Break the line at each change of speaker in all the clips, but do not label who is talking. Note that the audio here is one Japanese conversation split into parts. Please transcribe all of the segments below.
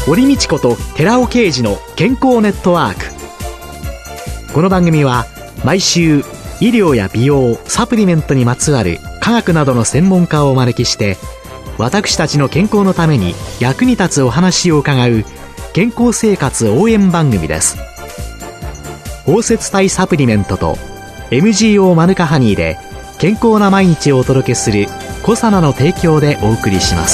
堀道子と寺尾啓二の健康ネットワーク。この番組は毎週医療や美容、サプリメントにまつわる科学などの専門家をお招きして、私たちの健康のために役に立つお話を伺う健康生活応援番組です。包摂体サプリメントと MGO マヌカハニーで健康な毎日をお届けするコサナの提供でお送りします。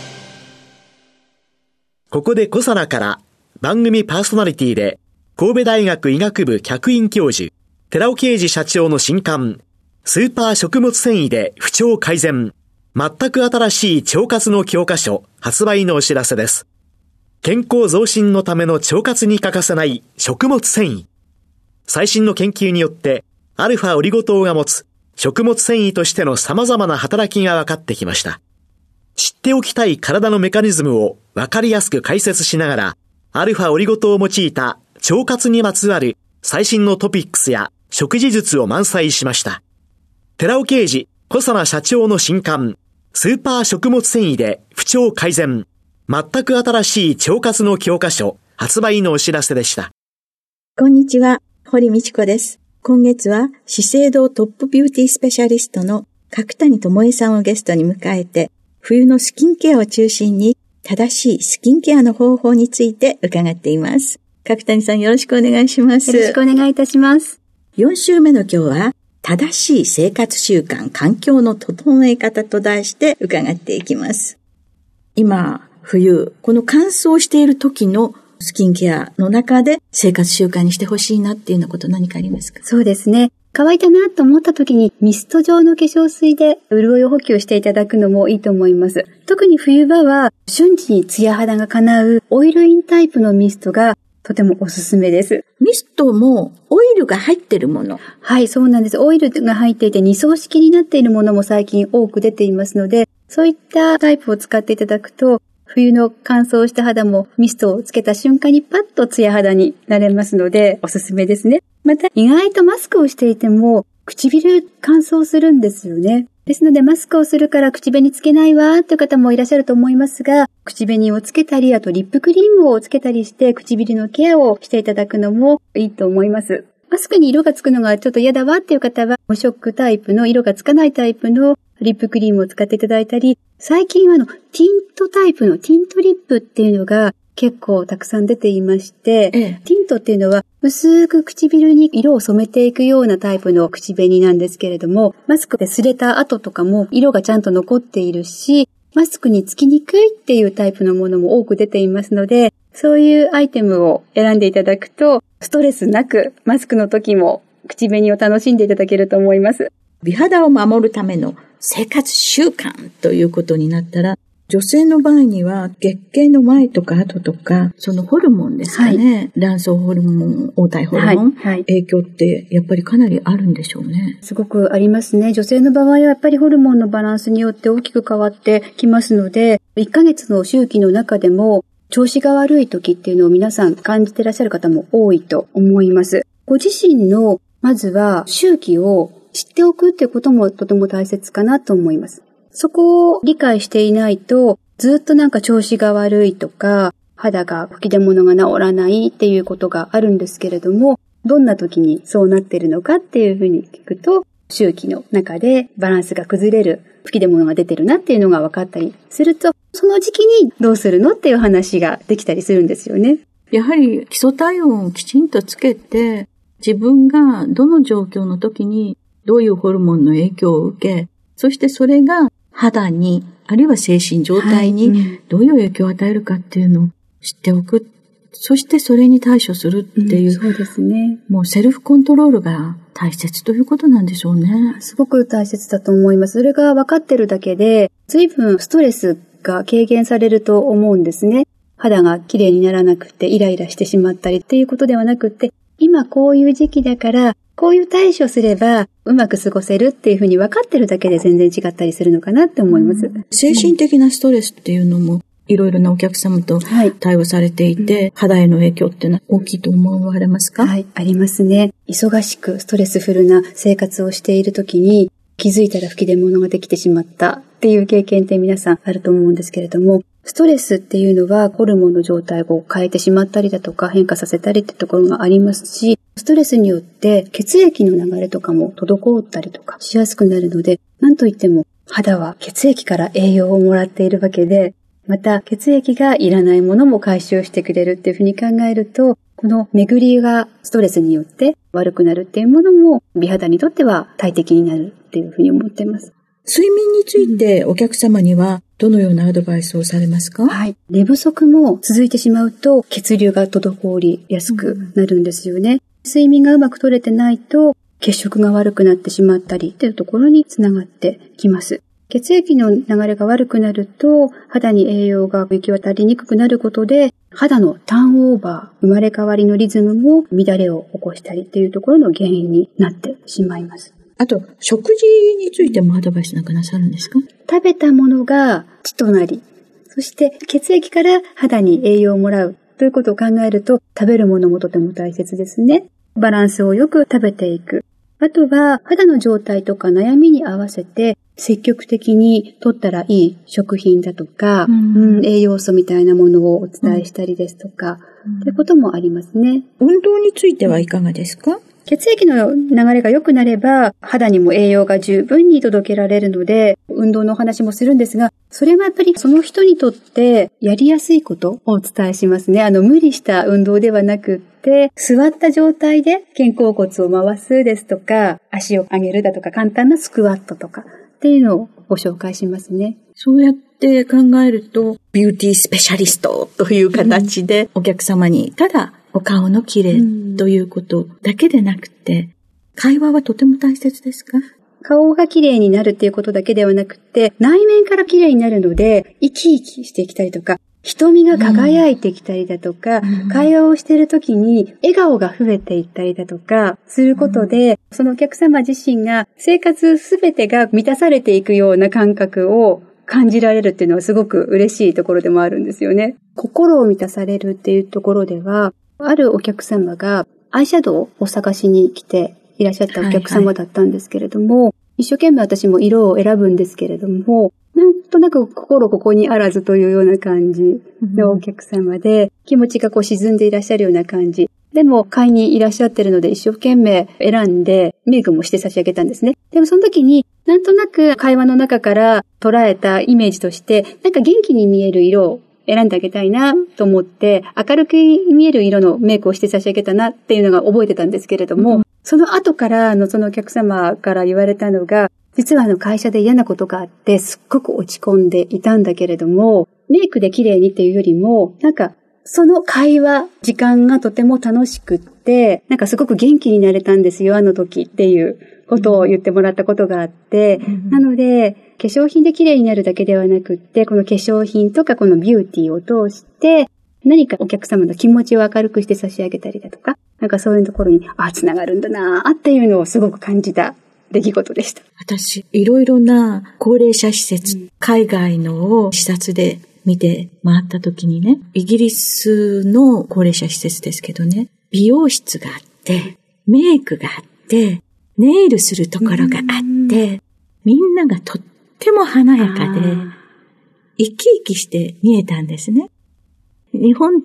ここでコサナから番組パーソナリティで神戸大学医学部客員教授寺尾啓二社長の新刊スーパー食物繊維で不調改善、全く新しい腸活の教科書発売のお知らせです。健康増進のための腸活に欠かせない食物繊維。最新の研究によってアルファオリゴ糖が持つ食物繊維としての様々な働きが分かってきました。知っておきたい体のメカニズムを分かりやすく解説しながら、アルファオリゴ糖を用いた腸活にまつわる最新のトピックスや食事術を満載しました。寺尾啓二、小佐奈社長の新刊、スーパー食物繊維で不調改善、全く新しい腸活の教科書発売のお知らせでした。
こんにちは、堀道子です。今月は資生堂トップビューティースペシャリストの角谷智恵さんをゲストに迎えて、冬のスキンケアを中心に正しいスキンケアの方法について伺っています。角谷さん、よろしくお願いします。
よろしくお願いいたします。
4週目の今日は正しい生活習慣、環境の整え方と題して伺っていきます。今、冬、この乾燥している時のスキンケアの中で生活習慣にしてほしいなっていうようなこと何かありますか？
そうですね。乾いたなと思った時にミスト状の化粧水で潤いを補給していただくのもいいと思います。特に冬場は瞬時にツヤ肌が叶うオイルインタイプのミストがとてもおすすめです。
ミストもオイルが入ってるもの。
はい、そうなんです。オイルが入っていて2層式になっているものも最近多く出ていますので、そういったタイプを使っていただくと、冬の乾燥した肌もミストをつけた瞬間にパッとツヤ肌になれますのでおすすめですね。また意外とマスクをしていても唇乾燥するんですよね。ですのでマスクをするから口紅つけないわという方もいらっしゃると思いますが、口紅をつけたり、あとリップクリームをつけたりして唇のケアをしていただくのもいいと思います。マスクに色がつくのがちょっと嫌だわっていう方は無色タイプの色がつかないタイプのリップクリームを使っていただいたり、最近はティントタイプのティントリップっていうのが結構たくさん出ていまして、ティントっていうのは薄く唇に色を染めていくようなタイプの口紅なんですけれども、マスクで擦れた後とかも色がちゃんと残っているし、マスクにつきにくいっていうタイプのものも多く出ていますので、そういうアイテムを選んでいただくとストレスなくマスクの時も口紅を楽しんでいただけると思います。
美肌を守るための生活習慣ということになったら、女性の場合には月経の前とか後とか、そのホルモンですかね、卵巣ホルモン、黄体ホルモン、影響ってやっぱりかなりあるんでしょうね。
すごくありますね。女性の場合はやっぱりホルモンのバランスによって大きく変わってきますので、1ヶ月の周期の中でも調子が悪い時っていうのを皆さん感じていらっしゃる方も多いと思います。ご自身のまずは周期を知っておくっていうこともとても大切かなと思います。そこを理解していないと、ずっと調子が悪いとか、肌が吹き出物が治らないっていうことがあるんですけれども、どんな時にそうなっているのかっていうふうに聞くと、周期の中でバランスが崩れる、吹き出物が出てるなっていうのが分かったりすると、その時期にどうするのっていう話ができたりするんですよね。
やはり基礎体温をきちんとつけて、自分がどの状況の時にどういうホルモンの影響を受け、そしてそれが肌に、あるいは精神状態にどういう影響を与えるかっていうのを知っておく。そしてそれに対処するっていう。
そうですね。
もうセルフコントロールが大切ということなんでしょうね。
すごく大切だと思います。それが分かってるだけで、随分ストレスが軽減されると思うんですね。肌が綺麗にならなくてイライラしてしまったりっていうことではなくて、今こういう時期だから、こういう対処すればうまく過ごせるっていうふうに分かってるだけで全然違ったりするのかなって思います。
精神的なストレスっていうのもいろいろなお客様と対応されていて、肌への影響っていうのは大きいと思われますか？
はい、ありますね。忙しくストレスフルな生活をしているときに気づいたら吹き出物ができてしまったっていう経験って皆さんあると思うんですけれども、 ストレスっていうのはホルモンの状態を変えてしまったりだとか変化させたりってところがありますし、ストレスによって血液の流れとかも滞ったりとかしやすくなるので、なんといっても肌は血液から栄養をもらっているわけで、また血液がいらないものも回収してくれるっていうふうに考えると、この巡りがストレスによって悪くなるっていうものも美肌にとっては大敵になるっていうふうに思っています。
睡眠についてお客様にはどのようなアドバイスをされますか？
はい。寝不足も続いてしまうと血流が滞りやすくなるんですよね。睡眠がうまく取れてないと血色が悪くなってしまったりっていうところにつながってきます。血液の流れが悪くなると肌に栄養が行き渡りにくくなることで肌のターンオーバー、生まれ変わりのリズムも乱れを起こしたりっていうところの原因になってしまいます。
あと、食事についてもアドバイスなんかなさるんですか？
食べたものが血となり、そして血液から肌に栄養をもらうということを考えると、食べるものもとても大切ですね。バランスをよく食べていく。あとは、肌の状態とか悩みに合わせて、積極的に取ったらいい食品だとか、栄養素みたいなものをお伝えしたりですとか、ということもありますね。
運動についてはいかがですか？
血液の流れが良くなれば、肌にも栄養が十分に届けられるので、運動のお話もするんですが、それはやっぱりその人にとってやりやすいことをお伝えしますね。無理した運動ではなくって、座った状態で肩甲骨を回すですとか、足を上げるだとか、簡単なスクワットとかっていうのをご紹介しますね。
そうやって考えると、ビューティースペシャリストという形でお客様にただお顔の綺麗ということだけでなくて、会話はとても大切ですか？
顔が綺麗になるっていうことだけではなくて、内面から綺麗になるので、生き生きしてきたりとか、瞳が輝いてきたりだとか、会話をしているときに笑顔が増えていったりだとかすることで、そのお客様自身が生活すべてが満たされていくような感覚を感じられるっていうのはすごく嬉しいところでもあるんですよね。心を満たされるっていうところでは、あるお客様がアイシャドウを探しに来ていらっしゃったお客様だったんですけれども、一生懸命私も色を選ぶんですけれども、なんとなく心ここにあらずというような感じのお客様で、気持ちが沈んでいらっしゃるような感じ。でも買いにいらっしゃってるので一生懸命選んでメイクもして差し上げたんですね。でもその時になんとなく会話の中から捉えたイメージとして、なんか元気に見える色を選んであげたいなと思って、明るく見える色のメイクをして差し上げたなっていうのが覚えてたんですけれども、その後からそのお客様から言われたのが、実は会社で嫌なことがあって、すっごく落ち込んでいたんだけれども、メイクで綺麗にっていうよりも、なんかその会話、時間がとても楽しくって、なんかすごく元気になれたんですよ、あの時っていうことを言ってもらったことがあって、なので、化粧品で綺麗になるだけではなくって、この化粧品とかこのビューティーを通して、何かお客様の気持ちを明るくして差し上げたりだとか、なんかそういうところに、つながるんだなっていうのをすごく感じた出来事でした。
私、いろいろな高齢者施設、海外のを視察で見て回った時にね、イギリスの高齢者施設ですけどね、美容室があって、メイクがあって、ネイルするところがあって、みんながとっても華やかで、生き生きして見えたんですね。日本って、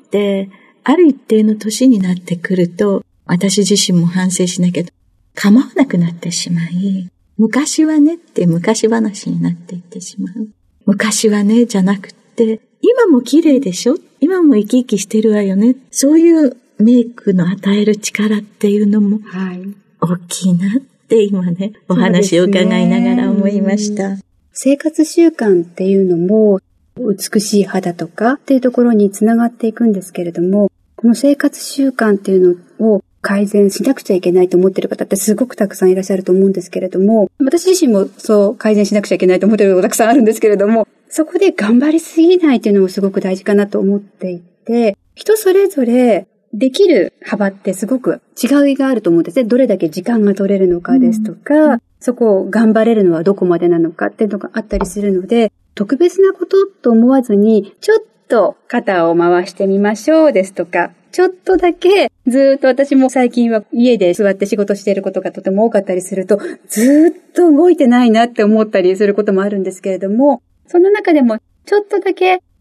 ある一定の年になってくると、私自身も反省しなきゃ構わなくなってしまい、昔はねって昔話になっていってしまう。昔はねじゃなくって、今も綺麗でしょ？今も生き生きしてるわよね。そういうメイクの与える力っていうのも大きいなって今ね、お話を伺いながら思いました。
生活習慣っていうのも美しい肌とかっていうところにつながっていくんですけれども、この生活習慣っていうのを改善しなくちゃいけないと思っている方ってすごくたくさんいらっしゃると思うんですけれども、私自身もそう改善しなくちゃいけないと思っていることがたくさんあるんですけれども、そこで頑張りすぎないっていうのもすごく大事かなと思っていて、人それぞれできる幅ってすごく違いがあると思うんですね。どれだけ時間が取れるのかですとか、そこを頑張れるのはどこまでなのかっていうのがあったりするので、特別なことと思わずに、ちょっと肩を回してみましょうですとか、ちょっとだけずっと私も最近は家で座って仕事していることがとても多かったりすると、ずっと動いてないなって思ったりすることもあるんですけれども、その中でもちょっとだけ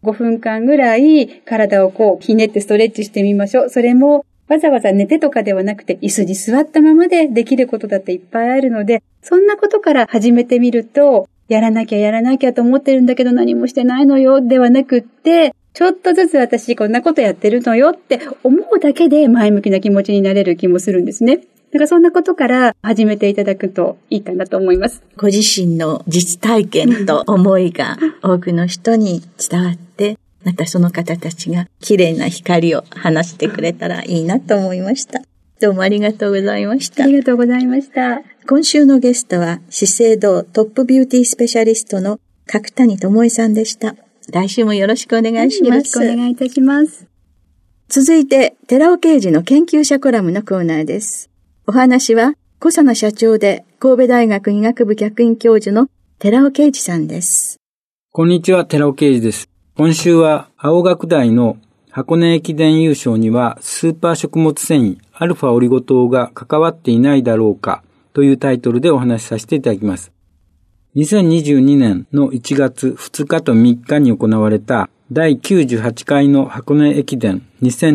5分間ぐらい体をひねってストレッチしてみましょう。それもわざわざ寝てとかではなくて、椅子に座ったままでできることだっていっぱいあるので、そんなことから始めてみると、やらなきゃと思ってるんだけど何もしてないのよではなくって、ちょっとずつ私こんなことやってるのよって思うだけで前向きな気持ちになれる気もするんですね。だからそんなことから始めていただくといいかなと思います。
ご自身の実体験と思いが多くの人に伝わって、またその方たちが綺麗な光を放してくれたらいいなと思いました。どうもありがとうございました。
ありがとうございました。
今週のゲストは資生堂トップビューティースペシャリストの角谷智恵さんでした。来週もよろしくお願いします。
よろしくお願いいたします。
続いて、寺尾啓二の研究者コラムのコーナーです。お話は、小佐野社長で神戸大学医学部客員教授の寺尾啓二さんです。
こんにちは、寺尾啓二です。今週は、青学大の箱根駅伝優勝にはスーパー食物繊維、アルファオリゴ糖が関わっていないだろうかというタイトルでお話しさせていただきます。2022年の1月2日と3日に行われた第98回の箱根駅伝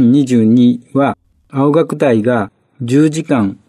2022は、青学大が10時間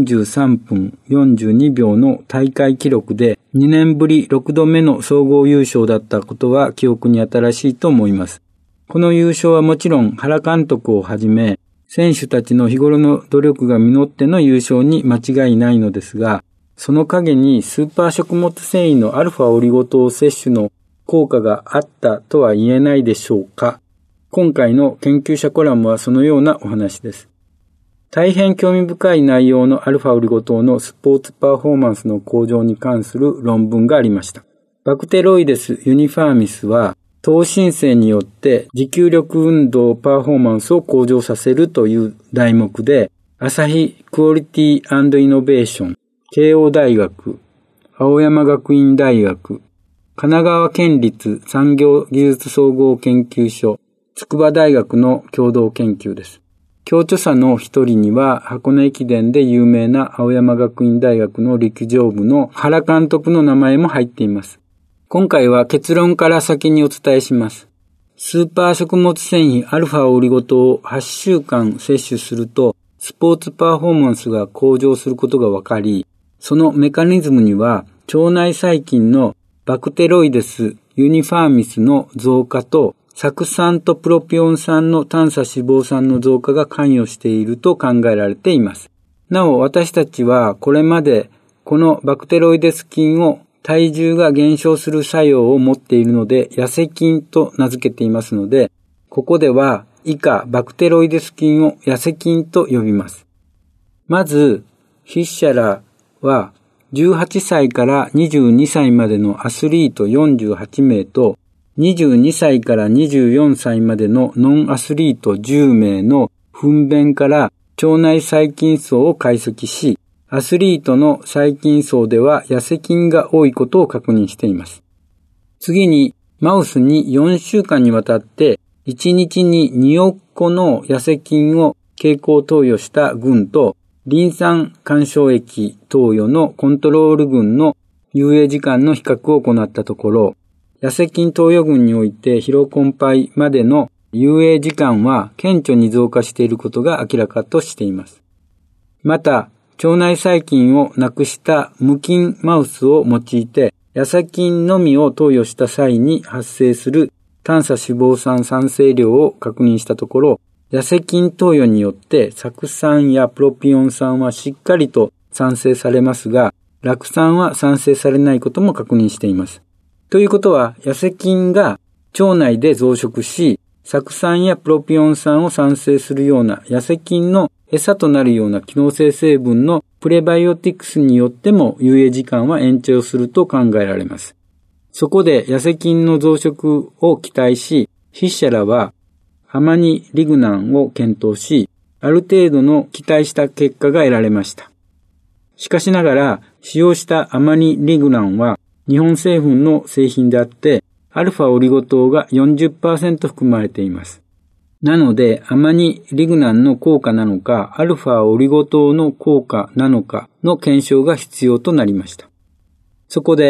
43分42秒の大会記録で2年ぶり6度目の総合優勝だったことは記憶に新しいと思います。この優勝はもちろん原監督をはじめ選手たちの日頃の努力が実っての優勝に間違いないのですが、その陰にスーパー食物繊維のアルファオリゴ糖摂取の効果があったとは言えないでしょうか。今回の研究者コラムはそのようなお話です。大変興味深い内容のアルファオリゴ糖のスポーツパフォーマンスの向上に関する論文がありました。バクテロイデス・ユニファーミスは糖新生によって持久力運動パフォーマンスを向上させるという題目で、朝日クオリティ&イノベーション、慶応大学、青山学院大学、神奈川県立産業技術総合研究所、筑波大学の共同研究です。共著者の一人には箱根駅伝で有名な青山学院大学の陸上部の原監督の名前も入っています。今回は結論から先にお伝えします。スーパー食物繊維アルファオリゴ糖を8週間摂取するとスポーツパフォーマンスが向上することが分かり、そのメカニズムには腸内細菌のバクテロイデス・ユニファーミスの増加と酢酸とプロピオン酸の短鎖脂肪酸の増加が関与していると考えられています。なお私たちはこれまでこのバクテロイデス菌を体重が減少する作用を持っているので痩せ菌と名付けていますので、ここでは以下バクテロイデス菌を痩せ菌と呼びます。まず筆者らは18歳から22歳までのアスリート48名と22歳から24歳までのノンアスリート10名の糞便から腸内細菌層を解析し、アスリートの細菌層では痩せ菌が多いことを確認しています。次に、マウスに4週間にわたって1日に2億個の痩せ菌を経口投与した群とリン酸干渉液投与のコントロール群の遊泳時間の比較を行ったところ、痩せ菌投与群において疲労困憊までの遊泳時間は顕著に増加していることが明らかとしています。また、腸内細菌をなくした無菌マウスを用いて、痩せ菌のみを投与した際に発生する短鎖脂肪酸産生量を確認したところ、痩せ菌投与によって酢酸やプロピオン酸はしっかりと産生されますが、酪酸は産生されないことも確認しています。ということは、痩せ菌が腸内で増殖し、酢酸やプロピオン酸を産生するような痩せ菌の餌となるような機能性成分のプレバイオティクスによっても遊泳時間は延長すると考えられます。そこで痩せ菌の増殖を期待し、筆者らはアマニリグナンを検討し、ある程度の期待した結果が得られました。しかしながら、使用したアマニリグナンは日本製粉の製品であって、アルファオリゴ糖が 40% 含まれています。なので、アマニリグナンの効果なのか、アルファオリゴ糖の効果なのかの検証が必要となりました。そこで、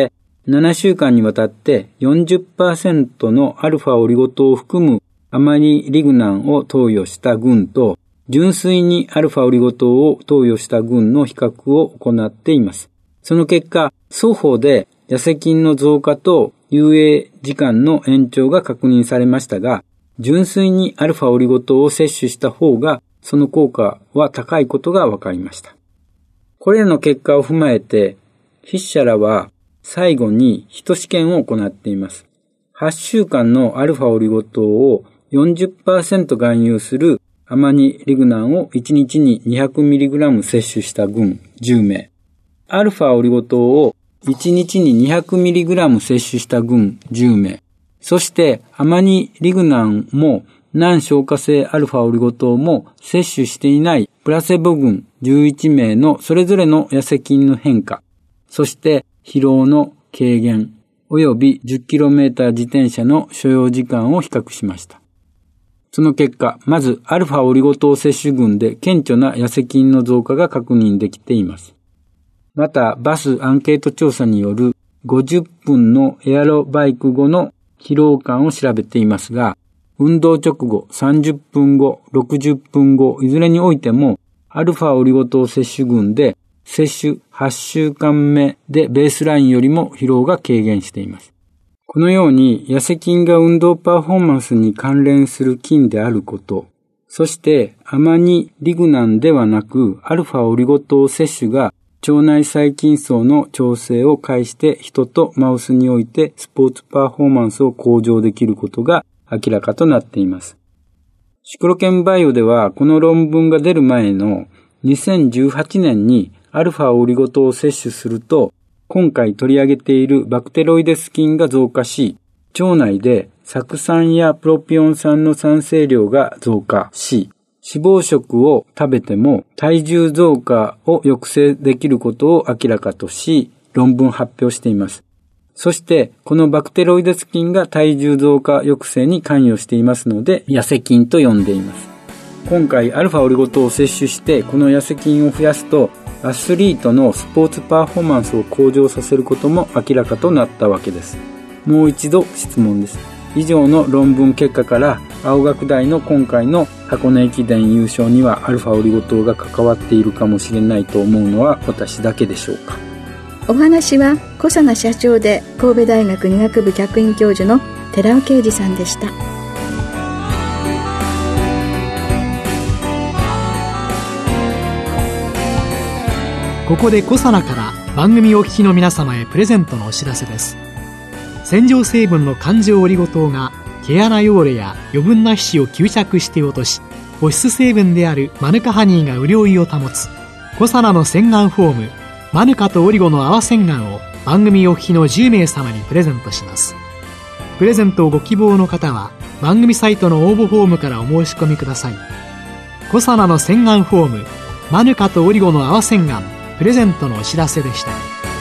7週間にわたって 40% のアルファオリゴ糖を含むアマニリグナンを投与した群と、純粋にアルファオリゴ糖を投与した群の比較を行っています。その結果、双方で痩せ筋の増加と遊泳時間の延長が確認されましたが、純粋にアルファオリゴ糖を摂取した方が、その効果は高いことが分かりました。これらの結果を踏まえて、筆者らは最後に1試験を行っています。8週間のアルファオリゴ糖を 40% 含有するアマニリグナンを1日に 200mg 摂取した群10名。アルファオリゴ糖を1日に 200mg 摂取した群10名。そしてアマニリグナンも難消化性アルファオリゴ糖も摂取していないプラセボ群11名のそれぞれの痩せ筋の変化、そして疲労の軽減、および 10km 自転車の所要時間を比較しました。その結果、まずアルファオリゴ糖摂取群で顕著な痩せ筋の増加が確認できています。また、バスアンケート調査による50分のエアロバイク後の疲労感を調べていますが、運動直後、30分後、60分後、いずれにおいても、アルファオリゴ糖摂取群で、摂取8週間目でベースラインよりも疲労が軽減しています。このように、痩せ筋が運動パフォーマンスに関連する筋であること、そしてアマニリグナンではなく、アルファオリゴ糖摂取が腸内細菌層の調整を介して人とマウスにおいてスポーツパフォーマンスを向上できることが明らかとなっています。シクロケンバイオではこの論文が出る前の2018年にアルファオリゴ糖を摂取すると今回取り上げているバクテロイデス菌が増加し、腸内で酢酸やプロピオン酸の産生量が増加し、脂肪食を食べても体重増加を抑制できることを明らかとし、論文発表しています。そして、このバクテロイデス菌が体重増加抑制に関与していますので、痩せ菌と呼んでいます。今回、アルファオリゴ糖を摂取して、この痩せ菌を増やすと、アスリートのスポーツパフォーマンスを向上させることも明らかとなったわけです。もう一度質問です。以上の論文結果から、青学大の今回の箱根駅伝優勝にはアルファオリゴ糖が関わっているかもしれないと思うのは私だけでしょうか。
お話は小佐奈社長で神戸大学医学部客員教授の寺尾啓二さんでした。
ここで小佐奈から番組お聞きの皆様へプレゼントのお知らせです。洗浄成分の環状オリゴ糖が毛穴汚れや余分な皮脂を吸着して落とし、保湿成分であるマヌカハニーが潤いを保つ小佐奈の洗顔フォームマヌカとオリゴの泡洗顔を番組お聞きの10名様にプレゼントします。プレゼントをご希望の方は番組サイトの応募フォームからお申し込みください。小佐奈の洗顔フォームマヌカとオリゴの泡洗顔プレゼントのお知らせでした。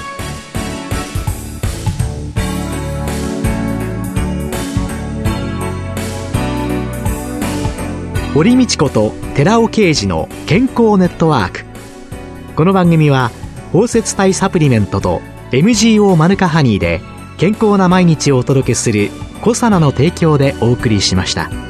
堀道子と寺尾啓二の健康ネットワーク。この番組は包摂体サプリメントと MGO マヌカハニーで健康な毎日をお届けする小佐奈の提供でお送りしました。